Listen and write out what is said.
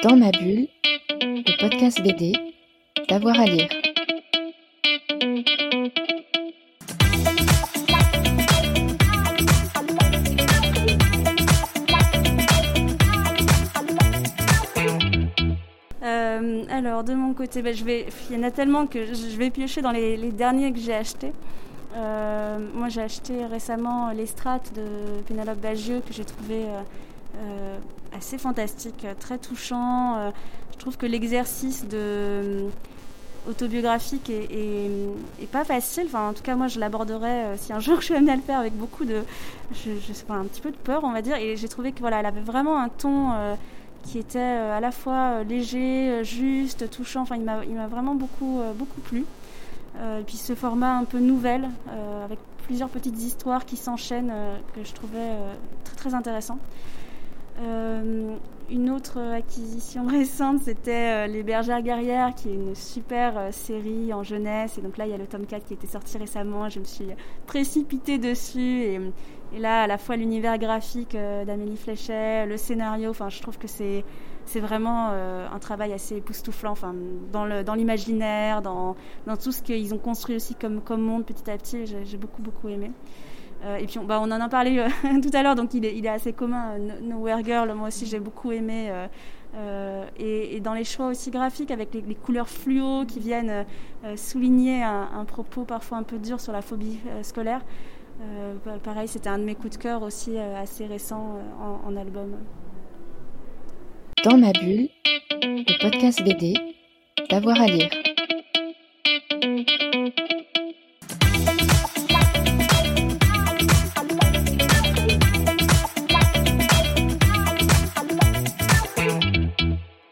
Dans ma bulle, le podcast BD, d'avoir à lire. Alors de mon côté, il y en a tellement que je vais piocher dans les derniers que j'ai achetés. Moi j'ai acheté récemment Les Strates de Pénélope Bagieux que j'ai trouvé assez fantastique, très touchant. Je trouve que l'exercice autobiographique est pas facile. Enfin, en tout cas, moi, je l'aborderai si un jour je suis amenée à le faire avec beaucoup de, je sais pas, un petit peu de peur, on va dire. Et j'ai trouvé que elle avait vraiment un ton qui était à la fois léger, juste, touchant. Enfin, il m'a vraiment beaucoup plu. Et puis ce format un peu nouvelle, avec plusieurs petites histoires qui s'enchaînent, que je trouvais très très intéressant. Une autre acquisition récente, c'était Les Bergères Guerrières, qui est une super série en jeunesse. Et donc là, il y a le tome 4 qui était sorti récemment. Je me suis précipitée dessus. Et là, à la fois l'univers graphique d'Amélie Fléchet, le scénario, enfin, je trouve que c'est vraiment un travail assez époustouflant, enfin, dans l'imaginaire, dans tout ce qu'ils ont construit aussi comme monde petit à petit. J'ai beaucoup aimé. Et puis on en a parlé tout à l'heure, donc il est assez commun. Nowhere Girl, moi aussi j'ai beaucoup aimé. Et dans les choix aussi graphiques, avec les couleurs fluo qui viennent souligner un propos parfois un peu dur sur la phobie scolaire. Pareil, c'était un de mes coups de cœur aussi assez récent en album. Dans ma bulle, le podcast BD, d'avoir à lire.